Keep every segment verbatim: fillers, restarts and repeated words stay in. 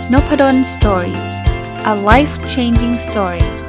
Nopadon Story. A life-changing story.ส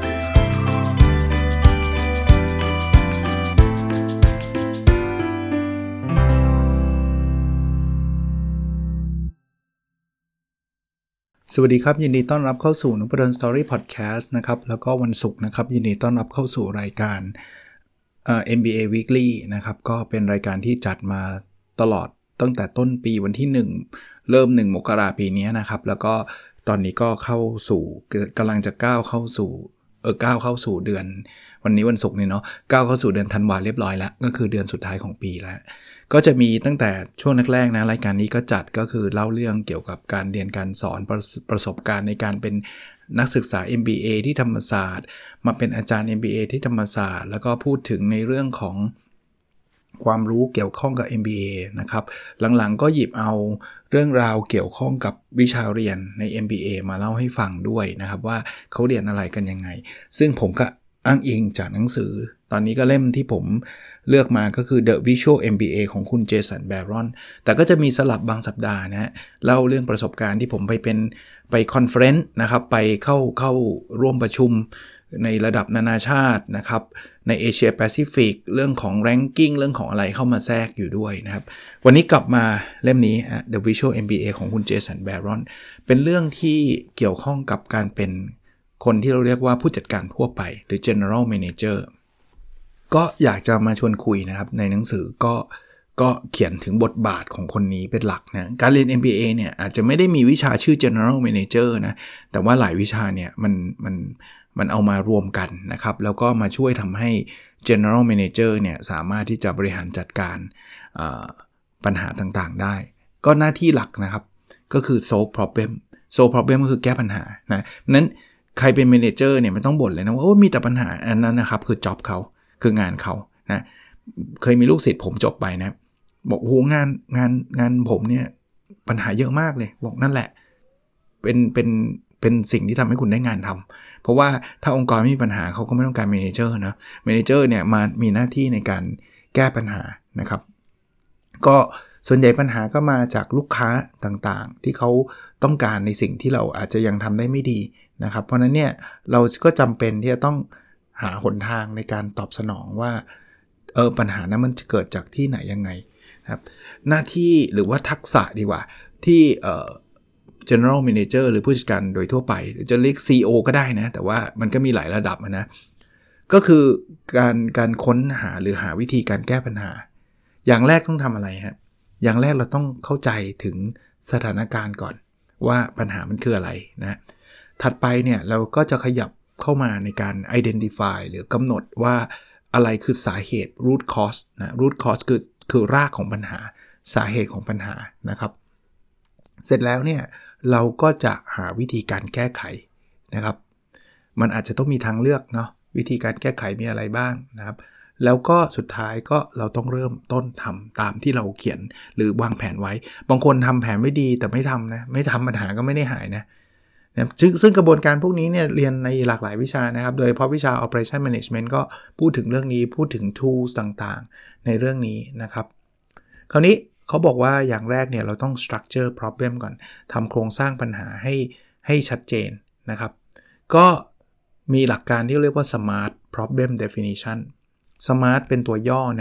วัสดีครับยินดีต้อนรับเข้าสู่ Nopadon Story Podcast นะครับแล้วก็วันศุกร์นะครับยินดีต้อนรับเข้าสู่รายการเอ่อ เอ็ม บี เอ Weekly นะครับก็เป็นรายการที่จัดมาตลอดตั้งแต่ต้นปีวันที่หนึ่งเริ่มหนึ่งมกราคมปีนี้นะครับแล้วก็ตอนนี้ก็เข้าสู่กำลังจะก้าวเข้าสู่เออก้าวเข้าสู่เดือนวันนี้วันศุกร์นี่เนาะก้าวเข้าสู่เดือนธันวาคมเรียบร้อยแล้วก็คือเดือนสุดท้ายของปีแล้วก็จะมีตั้งแต่ช่วงแรกๆนะรายการนี้ก็จัดก็คือเล่าเรื่องเกี่ยวกับการเรียนการสอนประประสบการณ์ในการเป็นนักศึกษา เอ็ม บี เอ ที่ธรรมศาสตร์มาเป็นอาจารย์ เอ็ม บี เอ ที่ธรรมศาสตร์แล้วก็พูดถึงในเรื่องของความรู้เกี่ยวข้องกับ เอ็ม บี เอ นะครับหลังๆก็หยิบเอาเรื่องราวเกี่ยวข้องกับวิชาเรียนใน เอ็ม บี เอ มาเล่าให้ฟังด้วยนะครับว่าเขาเรียนอะไรกันยังไงซึ่งผมก็อ้างอิงจากหนังสือตอนนี้ก็เล่มที่ผมเลือกมาก็คือ The Visual เอ็ม บี เอ ของคุณเจสันแบรอนแต่ก็จะมีสลับบางสัปดาห์นะฮะเล่าเรื่องประสบการณ์ที่ผมไปเป็นไปคอนเฟอเรนซ์นะครับไปเข้าเข้าร่วมประชุมในระดับนานาชาตินะครับในเอเชียแปซิฟิกเรื่องของ ranking เรื่องของอะไรเข้ามาแทรกอยู่ด้วยนะครับวันนี้กลับมาเล่มนี้ The Visual เอ็ม บี เอ ของคุณเจสันแบรอนเป็นเรื่องที่เกี่ยวข้องกับการเป็นคนที่เราเรียกว่าผู้จัดการทั่วไปหรือ general manager ก็อยากจะมาชวนคุยนะครับในหนังสือก็ก็เขียนถึงบทบาทของคนนี้เป็นหลักนะการเรียน เอ็ม บี เอ เนี่ยอาจจะไม่ได้มีวิชาชื่อ general manager นะแต่ว่าหลายวิชาเนี่ยมันมันมันเอามารวมกันนะครับแล้วก็มาช่วยทำให้ general manager เนี่ยสามารถที่จะบริหารจัดการปัญหาต่างๆได้ก็หน้าที่หลักนะครับก็คือ solve problem solve problem ก็คือแก้ปัญหานะนั้นใครเป็น manager เนี่ยไม่ต้องบ่นเลยนะว่าโอ้มีแต่ปัญหาอันนั้นนะครับคือ job เขาคืองานเขานะเคยมีลูกศิษย์ผมจบไปนะบอกโหงานงานงานผมเนี่ยปัญหาเยอะมากเลยบอกนั่นแหละเป็นเป็นเป็นสิ่งที่ทำให้คุณได้งานทำเพราะว่าถ้าองค์กรไม่มีปัญหาเขาก็ไม่ต้องการเมเนเจอร์นะเมเนเจอร์เนี่ยมามีหน้าที่ในการแก้ปัญหานะครับก็ส่วนใหญ่ปัญหาก็มาจากลูกค้าต่างๆที่เขาต้องการในสิ่งที่เราอาจจะยังทำได้ไม่ดีนะครับเพราะนั้นเนี่ยเราก็จำเป็นที่จะต้องหาหนทางในการตอบสนองว่าเออปัญหานั้นมันจะเกิดจากที่ไหนยังไงครับหน้าที่หรือว่าทักษะดีกว่าที่เอ่อgeneral manager หรือผู้จัดการโดยทั่วไปหรือจะเรียก ซี อี โอ ก็ได้นะแต่ว่ามันก็มีหลายระดับนะก็คือการการค้นหาหรือหาวิธีการแก้ปัญหาอย่างแรกต้องทำอะไรฮะอย่างแรกเราต้องเข้าใจถึงสถานการณ์ก่อนว่าปัญหามันคืออะไรนะถัดไปเนี่ยเราก็จะขยับเข้ามาในการ identify หรือกำหนดว่าอะไรคือสาเหตุ root cause นะ root cause คือคือรากของปัญหาสาเหตุของปัญหานะครับเสร็จแล้วเนี่ยเราก็จะหาวิธีการแก้ไขนะครับมันอาจจะต้องมีทางเลือกเนาะวิธีการแก้ไขมีอะไรบ้างนะครับแล้วก็สุดท้ายก็เราต้องเริ่มต้นทำตามที่เราเขียนหรือวางแผนไว้บางคนทำแผนไม่ดีแต่ไม่ทำนะไม่ทำปัญหาก็ไม่ได้หายนะนะซึ่งซึ่งกระบวนการพวกนี้เนี่ยเรียนในหลากหลายวิชานะครับโดยเฉพาะวิชา operation management ก็พูดถึงเรื่องนี้พูดถึง tools ต่างๆในเรื่องนี้นะครับคราวนี้เขาบอกว่าอย่างแรกเนี่ยเราต้อง structure problem ก่อนทำโครงสร้างปัญหาให้ให้ชัดเจนนะครับก็มีหลักการที่เรียกว่า smart problem definition smart เป็นตัวย่อนะ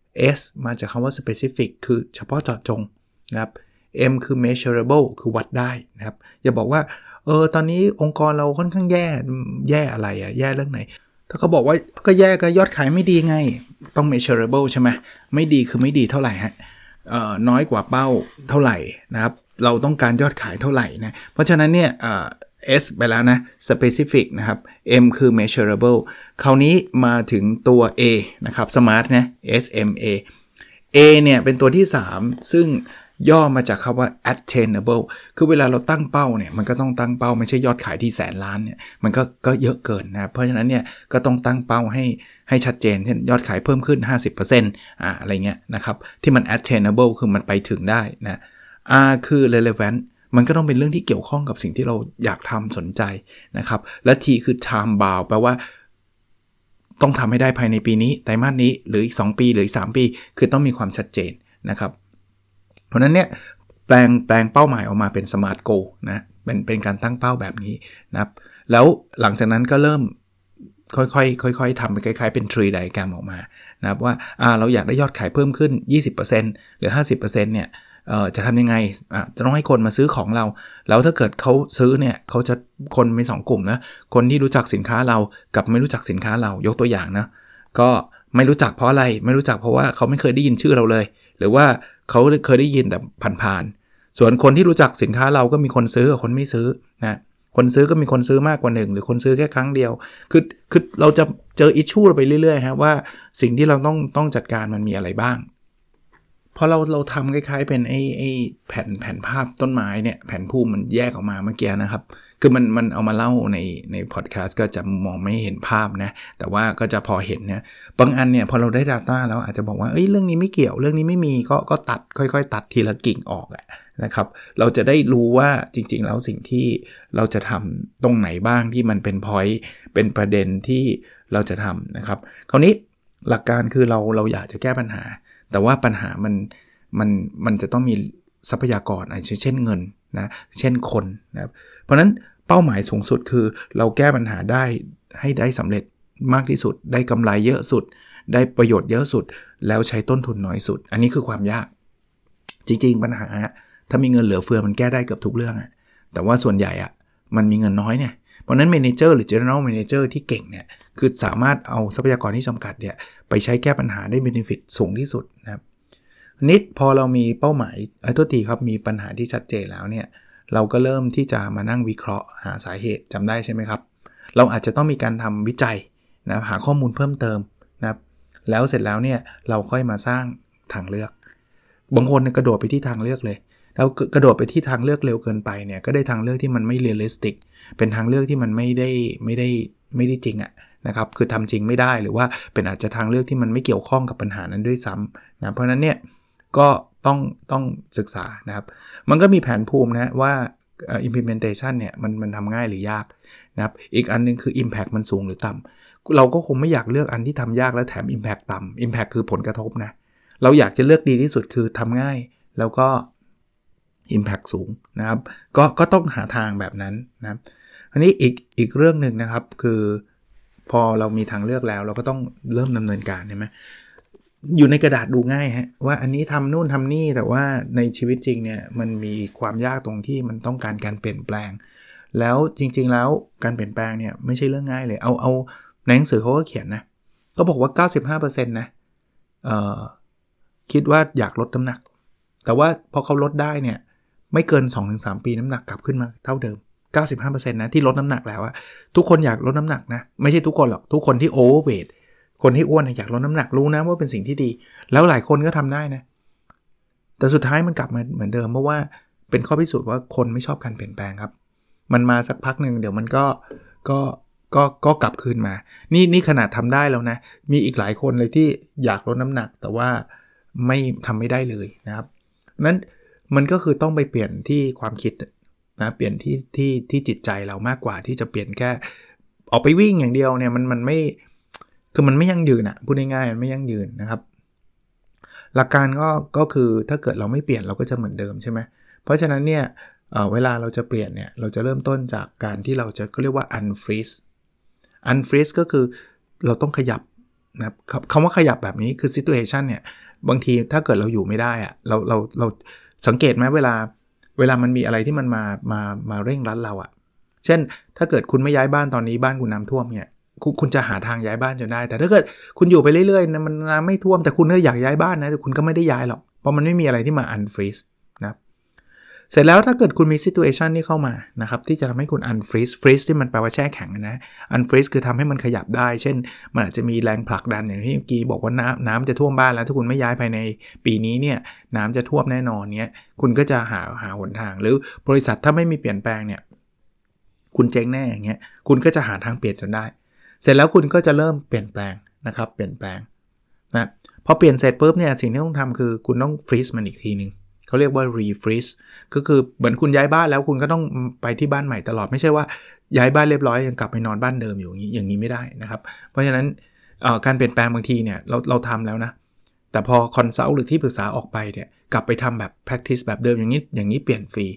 S มาจากคำว่า specific คือเฉพาะเจาะจงนะครับ M คือ measurable คือวัดได้นะครับอย่าบอกว่าเออตอนนี้องค์กรเราค่อนข้างแย่แย่อะไรอะแย่เรื่องไหนถ้าเขาบอกว่าก็แย่ก็ยอดขายไม่ดีไงต้อง measurable ใช่ไหมไม่ดีคือไม่ดีเท่าไหร่ฮะเอ่อน้อยกว่าเป้าเท่าไหร่นะครับเราต้องการยอดขายเท่าไหร่นะเพราะฉะนั้นเนี่ยเอ่อ S ไปแล้วนะ specific นะครับ M คือ measurable คราวนี้มาถึงตัว A นะครับ smart นะ S M A A เนี่ยเป็นตัวที่สามซึ่งย่อมาจากคำว่า attainable คือเวลาเราตั้งเป้าเนี่ยมันก็ต้องตั้งเป้าไม่ใช่ยอดขายที่แสนล้านเนี่ยมันก็ก็เยอะเกินนะเพราะฉะนั้นเนี่ยก็ต้องตั้งเป้าให้ให้ชัดเจนเช่นยอดขายเพิ่มขึ้น ห้าสิบเปอร์เซ็นต์ อ่าอะไรเงี้ยนะครับที่มัน attainable คือมันไปถึงได้นะ R คือ relevant มันก็ต้องเป็นเรื่องที่เกี่ยวข้องกับสิ่งที่เราอยากทำสนใจนะครับและ T คือ time bound แปลว่าต้องทำให้ได้ภายในปีนี้ไตรมาสนี้หรืออีกสองปีหรืออีกสามปีคือต้องมีความชัดเจนนะครับเพราะนั้นเนี่ยแปลงแปลงเป้าหมายออกมาเป็น smart goal นะเป็นเป็นการตั้งเป้าแบบนี้นะครับแล้วหลังจากนั้นก็เริ่มค่อยๆค่อยๆทำไปคล้ายๆเป็น tree diagram ออกมานะครับว่าอ่าเราอยากได้ยอดขายเพิ่มขึ้น ยี่สิบเปอร์เซ็นต์ หรือ ห้าสิบเปอร์เซ็นต์ เนี่ยเอ่อจะทำยังไงอ่ะจะต้องให้คนมาซื้อของเราแล้วถ้าเกิดเขาซื้อเนี่ยเขาจะคนมีสองกลุ่มนะคนที่รู้จักสินค้าเรากับไม่รู้จักสินค้าเรายกตัวอย่างนะก็ไม่รู้จักเพราะอะไรไม่รู้จักเพราะว่าเขาไม่เคยได้ยินชื่อเราเลยหรือว่าเขาเคยได้ยินแต่ผ่านๆส่วนคนที่รู้จักสินค้าเราก็มีคนซื้อกับคนไม่ซื้อนะคนซื้อก็มีคนซื้อมากกว่าหนึ่งหรือคนซื้อแค่ครั้งเดียวคือคือเราจะเจออิชชูไปเรื่อยๆฮะว่าสิ่งที่เราต้องต้องจัดการมันมีอะไรบ้างพอเราเราทำคล้ายๆเป็นไอ้ไอ้แผ่นแผ่นภาพต้นไม้เนี่ยแผ่นภูมิมันแยกออกมาเมื่อกี้นะครับคือมันมันเอามาเล่าในในพอดแคสต์ก็จะมองไม่เห็นภาพนะแต่ว่าก็จะพอเห็นนะบางอันเนี่ยพอเราได้ data แล้วอาจจะบอกว่าเอ้ยเรื่องนี้ไม่เกี่ยวเรื่องนี้ไม่มีก็ก็ตัดค่อยๆตัดทีละกิ่งออกนะครับเราจะได้รู้ว่าจริงๆแล้วสิ่งที่เราจะทำตรงไหนบ้างที่มันเป็น point เป็นประเด็นที่เราจะทำนะครับคราวนี้หลักการคือเราเราอยากจะแก้ปัญหาแต่ว่าปัญหามันมันมันจะต้องมีทรัพยากรอะไรเช่นเงินนะเช่นคนนะครับเพราะนั้นเป้าหมายสูงสุดคือเราแก้ปัญหาได้ให้ได้สำเร็จมากที่สุดได้กำไรเยอะสุดได้ประโยชน์เยอะสุดแล้วใช้ต้นทุนน้อยสุดอันนี้คือความยากจริงๆปัญหาถ้ามีเงินเหลือเฟือมันแก้ได้เกือบทุกเรื่องอะแต่ว่าส่วนใหญ่อะมันมีเงินน้อยเนี่ยเพราะนั้น Manager หรือ General Manager ที่เก่งเนี่ยคือสามารถเอาทรัพยากรที่จำกัดเนี่ยไปใช้แก้ปัญหาได้ benefit สูงที่สุดนะครับนิดพอเรามีเป้าหมายไอ้ตัวทีครับมีปัญหาที่ชัดเจนแล้วเนี่ยเราก็เริ่มที่จะมานั่งวิเคราะห์หาสาเหตุจำได้ใช่ไหมครับเราอาจจะต้องมีการทำวิจัยนะหาข้อมูลเพิ่มเติมนะครับแล้วเสร็จแล้วเนี่ยเราค่อยมาสร้างทางเลือกบางคนกระโดดไปที่ทางเลือกเลยแล้วกระโดดไปที่ทางเลือกเร็วเกินไปเนี่ยก็ได้ทางเลือกที่มันไม่เรียลลิสติกเป็นทางเลือกที่มันไม่ได้ไม่ได้ไม่ได้จริงอะนะครับคือทำจริงไม่ได้หรือว่าเป็นอาจจะทางเลือกที่มันไม่เกี่ยวข้องกับปัญหานั้นด้วยซ้ำนะเพราะนั้นเนี่ยก็ต้องต้องศึกษานะครับมันก็มีแผนภูมินะว่า implementation เนี่ยมันมันทำง่ายหรือยากนะครับอีกอันนึงคือ impact มันสูงหรือต่ำเราก็คงไม่อยากเลือกอันที่ทำยากแล้วแถม impact ต่ำ impact คือผลกระทบนะเราอยากจะเลือกดีที่สุดคือทำง่ายแล้วก็ impact สูงนะครับก็ก็ต้องหาทางแบบนั้นนะครับอันนี้อีกอีกเรื่องหนึ่งนะครับคือพอเรามีทางเลือกแล้วเราก็ต้องเริ่มดำเนินการใช่ไหมอยู่ในกระดาษดูง่ายฮะว่าอันนี้ทำนู่นทำนี่แต่ว่าในชีวิตจริงเนี่ยมันมีความยากตรงที่มันต้องการการเปลี่ยนแปลงแล้วจริงๆแล้วการเปลี่ยนแปลงเนี่ยไม่ใช่เรื่องง่ายเลยเอาเอาในหนังสือเขาก็เขียนนะเขาบอกว่า เก้าสิบห้าเปอร์เซ็นต์ นะเอ่อคิดว่าอยากลดน้ำหนักแต่ว่าพอเขาลดได้เนี่ยไม่เกิน สองถึงสาม ปีน้ำหนักกลับขึ้นมาเท่าเดิม เก้าสิบห้าเปอร์เซ็นต์ นะที่ลดน้ำหนักแล้วอะทุกคนอยากลดน้ำหนักนะไม่ใช่ทุกคนหรอกทุกคนที่โอเวอร์เวทคนที่อ้วนอยากลดน้ำหนักรู้นะว่าเป็นสิ่งที่ดีแล้วหลายคนก็ทำได้นะแต่สุดท้ายมันกลับมาเหมือนเดิมเพราะว่าเป็นข้อพิสูจน์ว่าคนไม่ชอบการเปลี่ยนแปลงครับมันมาสักพักหนึ่งเดี๋ยวมันก็ก็ก็ก็กลับคืนมานี่นี่ขนาดทำได้แล้วนะมีอีกหลายคนเลยที่อยากลดน้ำหนักแต่ว่าไม่ทำไม่ได้เลยนะครับนั้นมันก็คือต้องไปเปลี่ยนที่ความคิดนะเปลี่ยนที่ที่ที่จิตใจเรามากกว่าที่จะเปลี่ยนแค่ออกไปวิ่งอย่างเดียวเนี่ยมันมันไม่คือมันไม่ยั่งยืนอ่ะพูดง่ายๆมันไม่ยั่งยืนนะครับหลักการก็ก็คือถ้าเกิดเราไม่เปลี่ยนเราก็จะเหมือนเดิมใช่ไหมเพราะฉะนั้นเนี่ย เอ่อ เวลาเราจะเปลี่ยนเนี่ยเราจะเริ่มต้นจากการที่เราจะก็เรียกว่า unfreeze unfreeze ก็คือเราต้องขยับนะครับคำว่าขยับแบบนี้คือ situation เนี่ยบางทีถ้าเกิดเราอยู่ไม่ได้อะเราเราเราสังเกตไหมเวลาเวลามันมีอะไรที่มันมามามาเร่งรัดเราอะเช่นถ้าเกิดคุณไม่ย้ายบ้านตอนนี้บ้านคุณน้ำท่วมเนี่ยคุณคุณจะหาทางย้ายบ้านจนได้แต่ถ้าเกิดคุณอยู่ไปเรื่อยๆนะมันน้ำไม่ท่วมแต่คุณก็อยากย้ายบ้านนะแต่คุณก็ไม่ได้ย้ายหรอกเพราะมันไม่มีอะไรที่มา unfreeze นะเสร็จแล้วถ้าเกิดคุณมี situation ที่เข้ามานะครับที่จะทำให้คุณ unfreeze freeze ที่มันแปลว่าแช่แข็งนะ unfreeze คือทำให้มันขยับได้เช่นมันอาจจะมีแรงผลักดันอย่างที่เมื่อกี้บอกว่าน้ำน้ำจะท่วมบ้านแล้วถ้าคุณไม่ย้ายภายในปีนี้เนี่ยน้ำจะท่วมแน่นอนเนี้ยคุณก็จะหาหาหนทางหรือบริษัทถ้าไม่มีเปลี่ยนแปลงเนี่ยคุณเจ๊งแน่อย่างเงี้ยคุณก็จะหาทางเปลี่ยนจนได้เสร็จแล้วคุณก็จะเริ่มเปลี่ยนแปลงนะครับเปลี่ยนแปลงนะพอเปลี่ยนเสร็จปุ๊บเนี่ยสิ่งที่ต้องทำคือคุณต้อง freeze มันอีกทีนึงเขาเรียกว่า refreeze ก็คือเหมือนคุณย้ายบ้านแล้วคุณก็ต้องไปที่บ้านใหม่ตลอดไม่ใช่ว่าย้ายบ้านเรียบร้อยยังกลับไปนอนบ้านเดิมอยู่อย่างนี้อย่างนี้ไม่ได้นะครับเพราะฉะนั้นการเปลี่ยนแปลงบางทีเนี่ยเราเราทำแล้วนะแต่พอคอนซัลท์หรือที่ปรึกษาออกไปเนี่ยกลับไปทำแบบ practice แบบเดิมอย่างนี้อย่างนี้เปลี่ยนฟรี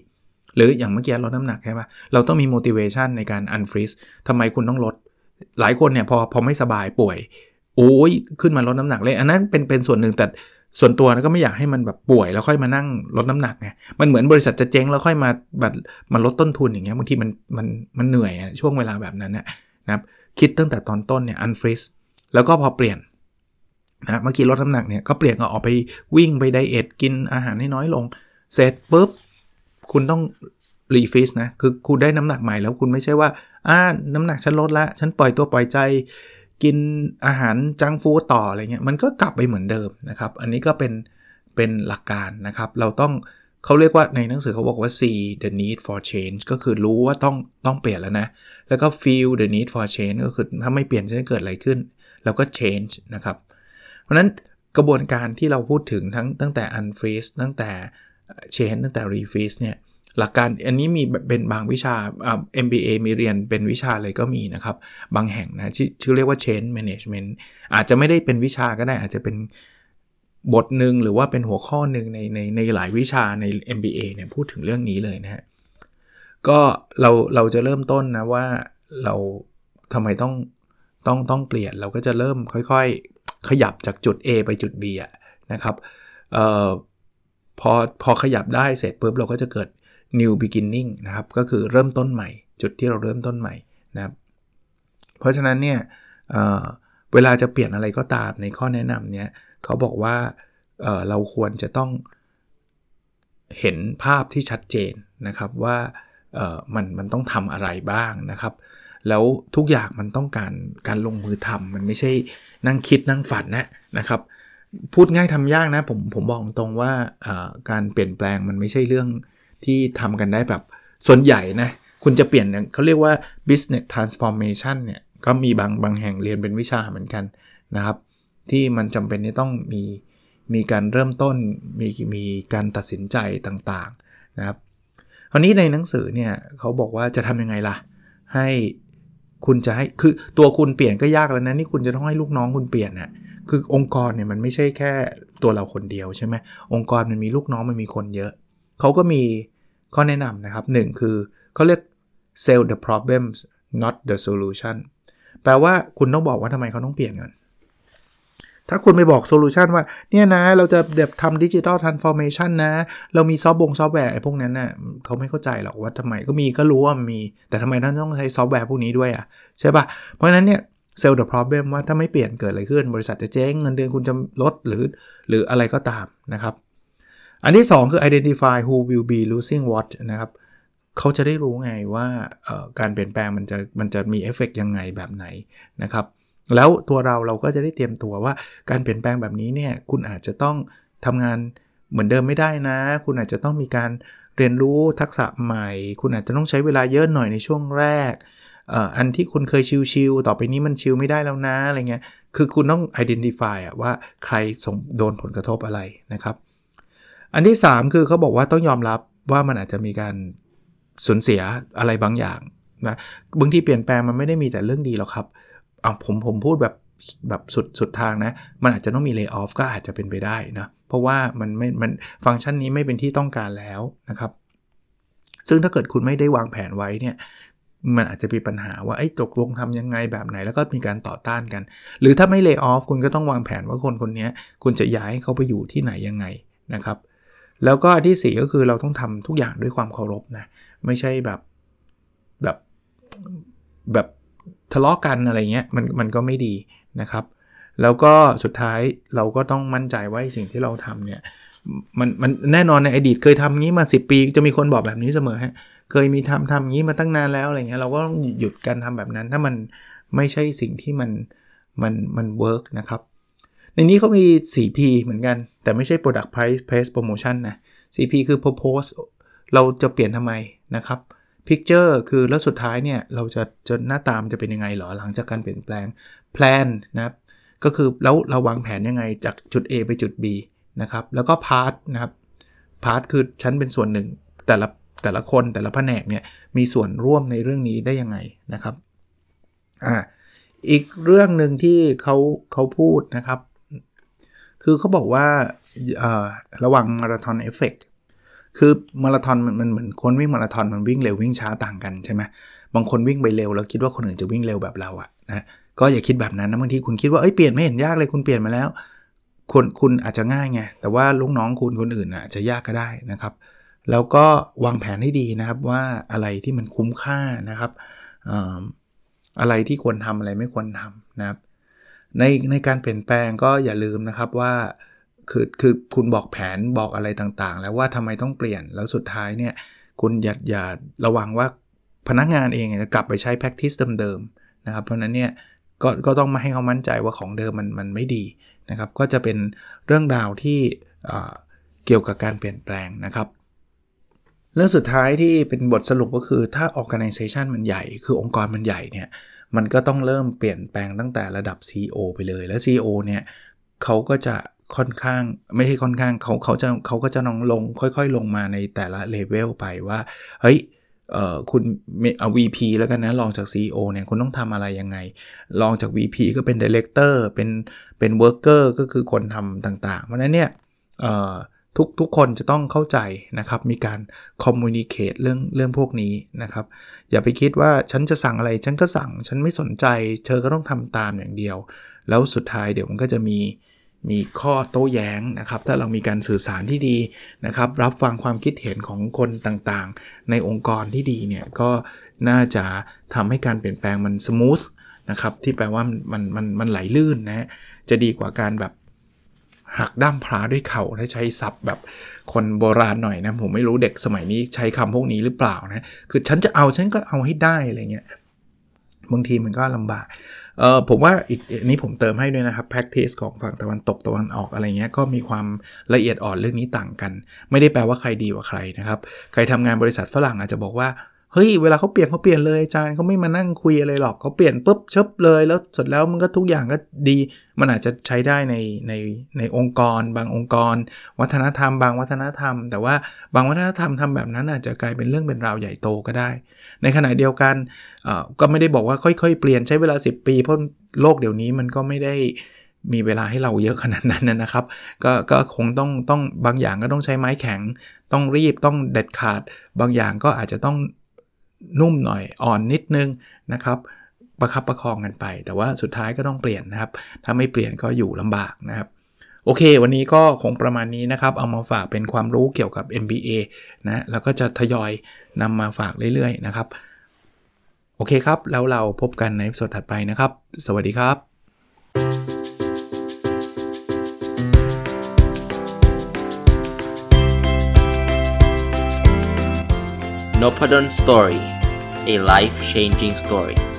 หรืออย่างเมื่อกี้ลดน้ำหนักใช่ป่ะเราต้องมี motivation ในการ unfreeze ทำไมคุณต้องลดหลายคนเนี่ยพอพอไม่สบายป่วยโอ้ยขึ้นมาลดน้ำหนักเลยอันนั้นเป็นเป็นส่วนหนึ่งแต่ส่วนตัวก็ไม่อยากให้มันแบบป่วยแล้วค่อยมานั่งลดน้ำหนักไงมันเหมือนบริษัทจะเจ๊งแล้วค่อยมาแบบมาลดต้นทุนอย่างเงี้ยบางทีมันมันมันเหนื่อยช่วงเวลาแบบนั้นนะครับคิดตั้งแต่ตอนต้นเนี่ย unfreeze แล้วก็พอเปลี่ยนนะเมื่อกี้ลดน้ำหนักเนี่ยก็เปลี่ยนออกไปวิ่งไปไดเอทกินอาหารให้น้อยลงเสร็จปุ๊บคุณต้องรีฟรีซนะคือคุณได้น้ำหนักใหม่แล้วคุณไม่ใช่ว่าอ่าน้ำหนักฉันลดละฉันปล่อยตัวปล่อยใจกินอาหารจังก์ฟู้ดต่ออะไรเงี้ยมันก็กลับไปเหมือนเดิมนะครับอันนี้ก็เป็นเป็นหลักการนะครับเราต้องเขาเรียกว่าในหนังสือเขาบอกว่า see the need for change ก็คือรู้ว่าต้องต้องเปลี่ยนแล้วนะแล้วก็ feel the need for change ก็คือถ้าไม่เปลี่ยนจะเกิดอะไรขึ้นแล้วก็ change นะครับเพราะนั้นกระบวนการที่เราพูดถึงทั้งตั้งแต่ unfreeze ตั้งแต่ change ตั้งแต่ refreeze เนี่ยหลักการอันนี้มีเป็นบางวิชา เอ็ม บี เอ มีเรียนเป็นวิชาเลยก็มีนะครับบางแห่งนะชื่อชื่อเรียกว่า change management อาจจะไม่ได้เป็นวิชาก็ได้อาจจะเป็นบทหนึ่งหรือว่าเป็นหัวข้อหนึ่งในในในหลายวิชาใน เอ็ม บี เอ เนี่ยพูดถึงเรื่องนี้เลยนะฮะก็เราเราจะเริ่มต้นนะว่าเราทำไมต้องต้องต้องเปลี่ยนเราก็จะเริ่มค่อยๆขยับจากจุด A ไปจุด B อ่ะนะครับเอ่อพอพอขยับได้เสร็จปุ๊บเราก็จะเกิดnew beginning นะครับก็คือเริ่มต้นใหม่จุดที่เราเริ่มต้นใหม่นะครับเพราะฉะนั้นเนี่ย เ, เวลาจะเปลี่ยนอะไรก็ตามในข้อแนะนำเนี่ยเขาบอกว่า เ, เราควรจะต้องเห็นภาพที่ชัดเจนนะครับว่ามันมันต้องทำอะไรบ้างนะครับแล้วทุกอย่างมันต้องการการลงมือทำมันไม่ใช่นั่งคิดนั่งฝันนะนะครับพูดง่ายทำยากนะผมผมบอกตรงว่าการเปลี่ยนแปลงมันไม่ใช่เรื่องที่ทำกันได้แบบส่วนใหญ่นะคุณจะเปลี่ยนเขาเรียกว่า business transformation เนี่ยก็มีบางบางแห่งเรียนเป็นวิชาเหมือนกันนะครับที่มันจำเป็นที่ต้องมีมีการเริ่มต้นมีมีการตัดสินใจต่างๆนะครับคราวนี้ในหนังสือเนี่ยเขาบอกว่าจะทำยังไงล่ะให้คุณจะให้คือตัวคุณเปลี่ยนก็ยากแล้วนะนี่คุณจะต้องให้ลูกน้องคุณเปลี่ยนนะคือองค์กรเนี่ยมันไม่ใช่แค่ตัวเราคนเดียวใช่ไหมองค์กรมันมีลูกน้องมันมีคนเยอะเขาก็มีข้อแนะนำนะครับหนึ่งคือเขาเรียก sell the problems not the solution แปลว่าคุณต้องบอกว่าทำไมเขาต้องเปลี่ยนกันถ้าคุณไปบอกโซลูชันว่าเนี่ยนะเราจะเดี๋ยวทำดิจิทัลทรานส์ฟอร์เมชันนะเรามีซอฟต์บงซอฟต์แวร์ไอ้พวกนั้นน่ะเขาไม่เข้าใจหรอกว่าทำไมก็มีก็รู้ว่ามีแต่ทำไมท่านต้องใช้ซอฟต์แวร์พวกนี้ด้วยอ่ะใช่ป่ะเพราะฉะนั้นเนี่ยเซลล์ the problem ว่าถ้าไม่เปลี่ยนเกิดอะไรขึ้นบริษัทจะเจ๊งเงินเดือนคุณจะลดหรือหรืออะไรก็ตามนะครับอันที่สองคือ identify who will be losing what นะครับเขาจะได้รู้ไงว่าการเปลี่ยนแปลงมันจะมันจะมีเอฟเฟกต์ยังไงแบบไหนนะครับแล้วตัวเราเราก็จะได้เตรียมตัวว่าการเปลี่ยนแปลงแบบนี้เนี่ยคุณอาจจะต้องทำงานเหมือนเดิมไม่ได้นะคุณอาจจะต้องมีการเรียนรู้ทักษะใหม่คุณอาจจะต้องใช้เวลาเยอะหน่อยในช่วงแรกเอ่ออันที่คุณเคยชิลๆต่อไปนี้มันชิลไม่ได้แล้วนะอะไรเงี้ยคือคุณต้อง identify อะว่าใครส่งโดนผลกระทบอะไรนะครับอันที่สามคือเขาบอกว่าต้องยอมรับว่ามันอาจจะมีการสูญเสียอะไรบางอย่างนะบางทีเปลี่ยนแปลงมันไม่ได้มีแต่เรื่องดีหรอกครับเอาผมผมพูดแบบแบบสุดสุดทางนะมันอาจจะต้องมี lay off ก็อาจจะเป็นไปได้นะเพราะว่ามันไม่มันฟังก์ชันนี้ไม่เป็นที่ต้องการแล้วนะครับซึ่งถ้าเกิดคุณไม่ได้วางแผนไว้เนี่ยมันอาจจะมีปัญหาว่าไอ้ตกลงทำยังไงแบบไหนแล้วก็มีการต่อต้านกันหรือถ้าไม่ lay off คุณก็ต้องวางแผนว่าคนคนนี้คุณจะย้ายเขาไปอยู่ที่ไหนยังไงนะครับแล้วก็ที่สี่ก็คือเราต้องทำทุกอย่างด้วยความเคารพนะไม่ใช่แบบแบบแบบทะเลาะกันอะไรเงี้ยมันมันก็ไม่ดีนะครับแล้วก็สุดท้ายเราก็ต้องมั่นใจว่าสิ่งที่เราทำเนี่ยมันมันแน่นอนในอดีตเคยทำงี้มาสิบปีจะมีคนบอกแบบนี้เสมอฮะเคยมีทำทำงี้มาตั้งนานแล้วอะไรเงี้ยเราก็ต้องหยุดการทำแบบนั้นถ้ามันไม่ใช่สิ่งที่มันมันมันเวิร์กนะครับในนี้เขามี โฟร์ พี เหมือนกันแต่ไม่ใช่ product price place promotion นะ โฟร์ พี คือ purpose เราจะเปลี่ยนทำไมนะครับpicture คือแล้วสุดท้ายเนี่ยเราจะจะหน้าตามจะเป็นยังไงหรอหลังจากการเปลี่ยนแปลง plan นะครับก็คือแล้วเราวางแผนยังไงจากจุด A ไปจุด B นะครับแล้วก็ part นะครับ part คือฉันเป็นส่วนหนึ่งแต่ละแต่ละคนแต่ละแผนกเนี่ยมีส่วนร่วมในเรื่องนี้ได้ยังไงนะครับอ่าอีกเรื่องนึงที่เขาเขาพูดนะครับคือเขาบอกว่าเอ่อระวังมาราธอนเอฟเฟคคือมาราธอนมันมันเหมือนคนวิ่งมาราธอนมันวิ่งเร็ววิ่งช้าต่างกันใช่ไหมบางคนวิ่งไปเร็วแล้วคิดว่าคนอื่นจะวิ่งเร็วแบบเราอะนะก็อย่าคิดแบบนั้นนะบางทีคุณคิดว่าเอ้ยเปลี่ยนไม่เห็นยากเลยคุณเปลี่ยนมาแล้วคุณคุณอาจจะง่ายไงแต่ว่าลูกน้องคุณคนอื่นอาจจะยากก็ได้นะครับแล้วก็วางแผนให้ดีนะครับว่าอะไรที่มันคุ้มค่านะครับอะไรที่ควรทำอะไรไม่ควรทำนะครับในในการเปลี่ยนแปลงก็อย่าลืมนะครับว่าคือคือคุณบอกแผนบอกอะไรต่างๆแล้วว่าทำไมต้องเปลี่ยนแล้วสุดท้ายเนี่ยคุณอย่าอย่าระวังว่าพนักงานเองจะกลับไปใช้ practice เดิมๆนะครับเพราะนั้นเนี่ยก็ก็ต้องมาให้เขามั่นใจว่าของเดิมมันมันไม่ดีนะครับก็จะเป็นเรื่องราวที่เกี่ยวกับการเปลี่ยนแปลงนะครับเรื่องสุดท้ายที่เป็นบทสรุปก็คือถ้า organization มันใหญ่คือองค์กรมันใหญ่เนี่ยมันก็ต้องเริ่มเปลี่ยนแปลงตั้งแต่ระดับ ซี อี โอ ไปเลยและ ซี อี โอ เนี่ยเขาก็จะค่อนข้างไม่ใช่ค่อนข้างเขาเขาจะเขาก็จะน้องลงค่อยๆลงมาในแต่ละเลเวลไปว่าเฮ้ยเอ่อคุณเอา วี พี แล้วกันนะลองจาก ซี อี โอ เนี่ยคุณต้องทำอะไรยังไงลองจาก วี พี ก็เป็น Director เป็นเป็น Worker ก็คือคนทำต่างๆเพราะนั้นเนี่ยเอ่อทุกทุกคนจะต้องเข้าใจนะครับมีการ communicate เรื่องเรื่องพวกนี้นะครับอย่าไปคิดว่าฉันจะสั่งอะไรฉันก็สั่งฉันไม่สนใจเธอก็ต้องทำตามอย่างเดียวแล้วสุดท้ายเดี๋ยวมันก็จะมีมีข้อโต้แย้งนะครับถ้าเรามีการสื่อสารที่ดีนะครับรับฟังความคิดเห็นของคนต่างๆในองค์กรที่ดีเนี่ยก็น่าจะทำให้การเปลี่ยนแปลงมันสมูทนะครับที่แปลว่ามันมันมันไหลลื่นนะจะดีกว่าการแบบหักด้ามพร้าด้วยเข่าถ้าใช้ศัพท์แบบคนโบราณหน่อยนะผมไม่รู้เด็กสมัยนี้ใช้คำพวกนี้หรือเปล่านะคือฉันจะเอาฉันก็เอาให้ได้อะไรเงี้ยบางทีมันก็ลำบากเออผมว่าอีกอันนี้ผมเติมให้ด้วยนะครับ practice ของฝั่งตะวันตกตะวันออกอะไรเงี้ยก็มีความละเอียดอ่อนเรื่องนี้ต่างกันไม่ได้แปลว่าใครดีกว่าใครนะครับใครทำงานบริษัทฝรั่งอาจจะบอกว่าเฮ้ยเวลาเขาเปลี่ยนเขาเปลี่ยนเลยอาจารย์เขาไม่มานั่งคุยอะไรหรอกเขาเปลี่ยนปุ๊บเชิบเลยแล้วเสร็จแล้วมันก็ทุกอย่างก็ดีมันอาจจะใช้ได้ในในในองค์กรบางองค์กรวัฒนธรรมบางวัฒนธรรมแต่ว่าบางวัฒนธรรมทำแบบนั้นอาจจะกลายเป็นเรื่องเป็นราวใหญ่โตก็ได้ในขณะเดียวกันก็ไม่ได้บอกว่าค่อยๆเปลี่ยนใช้เวลาสิบปีเพราะโลกเดี๋ยวนี้มันก็ไม่ได้มีเวลาให้เราเยอะขนาดนั้นนะครับก็ก็คงต้องต้องบางอย่างก็ต้องใช้ไม้แข็งต้องรีบต้องเด็ดขาดบางอย่างก็อาจจะต้องนุ่มหน่อยอ่อนนิดนึงนะครับประคับประคองกันไปแต่ว่าสุดท้ายก็ต้องเปลี่ยนนะครับถ้าไม่เปลี่ยนก็อยู่ลำบากนะครับโอเควันนี้ก็คงประมาณนี้นะครับเอามาฝากเป็นความรู้เกี่ยวกับ เอ็ม บี เอ นะแล้วก็จะทยอยนำมาฝากเรื่อยๆนะครับโอเคครับแล้วเราพบกันในตอนถัดไปนะครับสวัสดีครับ Nopadon Story, a life-changing story.